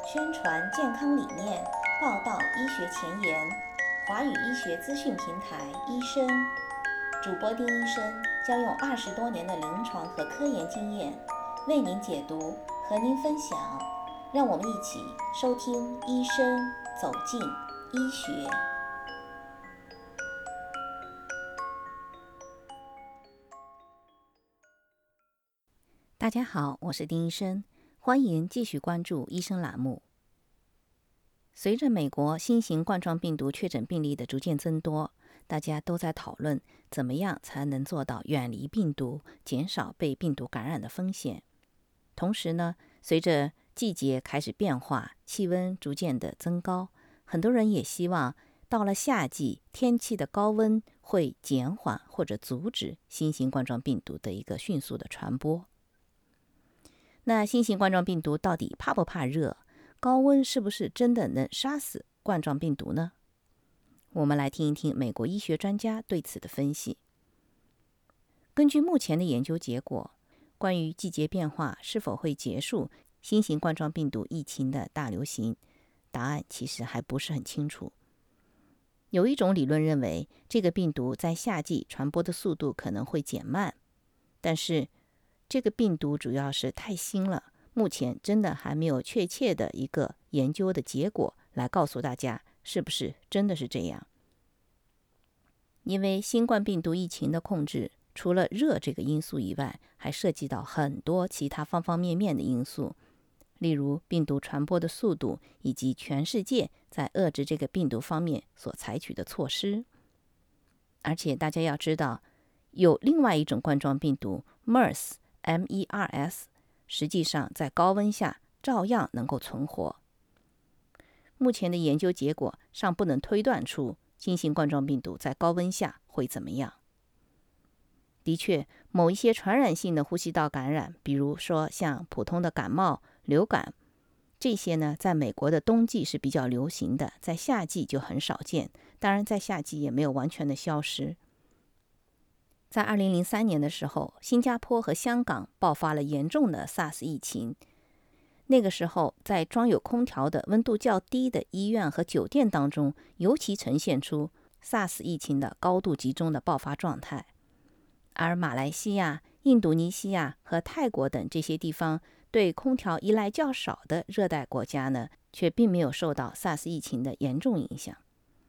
宣传健康理念，报道医学前沿。华语医学资讯平台医生主播丁医生将用20多年的临床和科研经验为您解读，和您分享。让我们一起收听医生走进医学。大家好，我是丁医生，欢迎继续关注医生栏目。随着美国新型冠状病毒确诊病例的逐渐增多，大家都在讨论怎么样才能做到远离病毒，减少被病毒感染的风险。同时呢，随着季节开始变化，气温逐渐的增高，很多人也希望到了夏季，天气的高温会减缓或者阻止新型冠状病毒的一个迅速的传播。那新型冠状病毒到底怕不怕热？高温是不是真的能杀死冠状病毒呢？我们来听一听美国医学专家对此的分析。根据目前的研究结果，关于季节变化是否会结束新型冠状病毒疫情的大流行，答案其实还不是很清楚。有一种理论认为，这个病毒在夏季传播的速度可能会减慢，但是这个病毒主要是太新了，目前真的还没有确切的一个研究的结果来告诉大家是不是真的是这样。因为新冠病毒疫情的控制，除了热这个因素以外，还涉及到很多其他方方面面的因素，例如病毒传播的速度，以及全世界在遏制这个病毒方面所采取的措施。而且大家要知道，有另外一种冠状病毒 MERS， 实际上在高温下照样能够存活。目前的研究结果尚不能推断出新型冠状病毒在高温下会怎么样。的确，某一些传染性的呼吸道感染，比如说像普通的感冒、流感，这些呢，在美国的冬季是比较流行的，在夏季就很少见。当然，在夏季也没有完全的消失。在2003年的时候，新加坡和香港爆发了严重的 SARS 疫情。那个时候，在装有空调的温度较低的医院和酒店当中，尤其呈现出 SARS 疫情的高度集中的爆发状态。而马来西亚、印度尼西亚和泰国等这些地方对空调依赖较少的热带国家呢，却并没有受到 SARS 疫情的严重影响。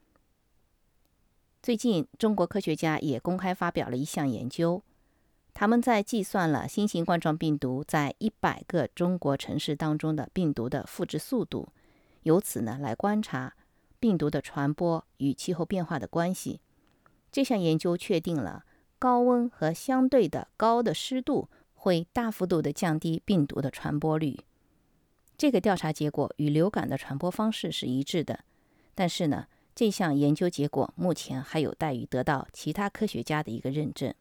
最近，中国科学家也公开发表了一项研究，他们在计算了新型冠状病毒在100个中国城市当中的病毒的复制速度，由此呢来观察病毒的传播与气候变化的关系。这项研究确定了高温和相对的高的湿度会大幅度的降低病毒的传播率。这个调查结果与流感的传播方式是一致的，但是呢，这项研究结果目前还有待于得到其他科学家的一个认证。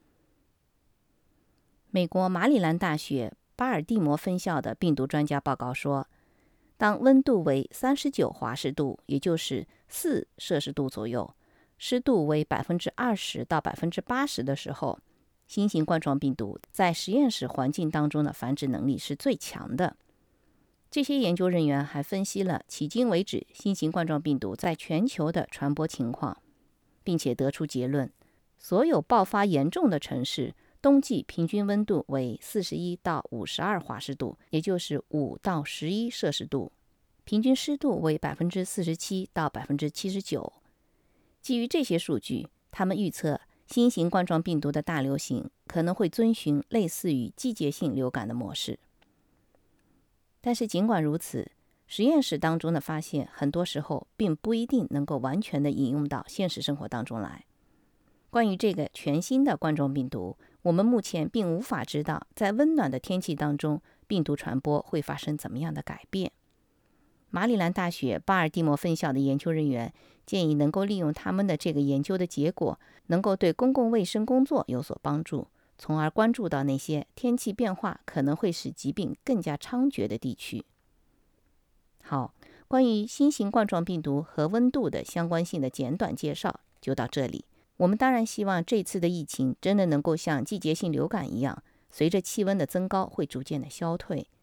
美国马里兰大学巴尔的摩分校的病毒专家报告说，当温度为39华氏度，也就是4摄氏度左右，湿度为20%到80%的时候，新型冠状病毒在实验室环境当中的繁殖能力是最强的。这些研究人员还分析了迄今为止新型冠状病毒在全球的传播情况，并且得出结论：所有爆发严重的城市冬季平均温度为41到52华氏度，也就是5到11摄氏度，平均湿度为47%到79%。基于这些数据，他们预测新型冠状病毒的大流行可能会遵循类似于季节性流感的模式。但是尽管如此，实验室当中的发现很多时候并不一定能够完全的引用到现实生活当中来。关于这个全新的冠状病毒，我们目前并无法知道在温暖的天气当中，病毒传播会发生怎么样的改变。马里兰大学巴尔的摩分校的研究人员建议能够利用他们的这个研究的结果，能够对公共卫生工作有所帮助，从而关注到那些天气变化可能会使疾病更加猖獗的地区。好，关于新型冠状病毒和温度的相关性的简短介绍就到这里。我们当然希望这次的疫情真的能够像季节性流感一样，随着气温的增高会逐渐的消退。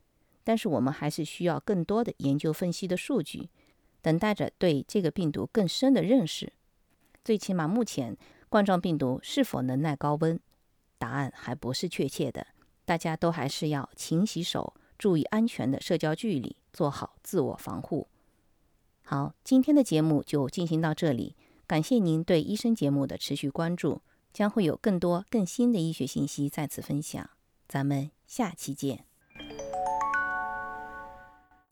但是我们还是需要更多的研究分析的数据，等待着对这个病毒更深的认识。最起码目前，冠状病毒是否能耐高温，答案还不是确切的。大家都还是要勤洗手，注意安全的社交距离，做好自我防护。好，今天的节目就进行到这里，感谢您对医生节目的持续关注，将会有更多更新的医学信息在此分享，咱们下期见。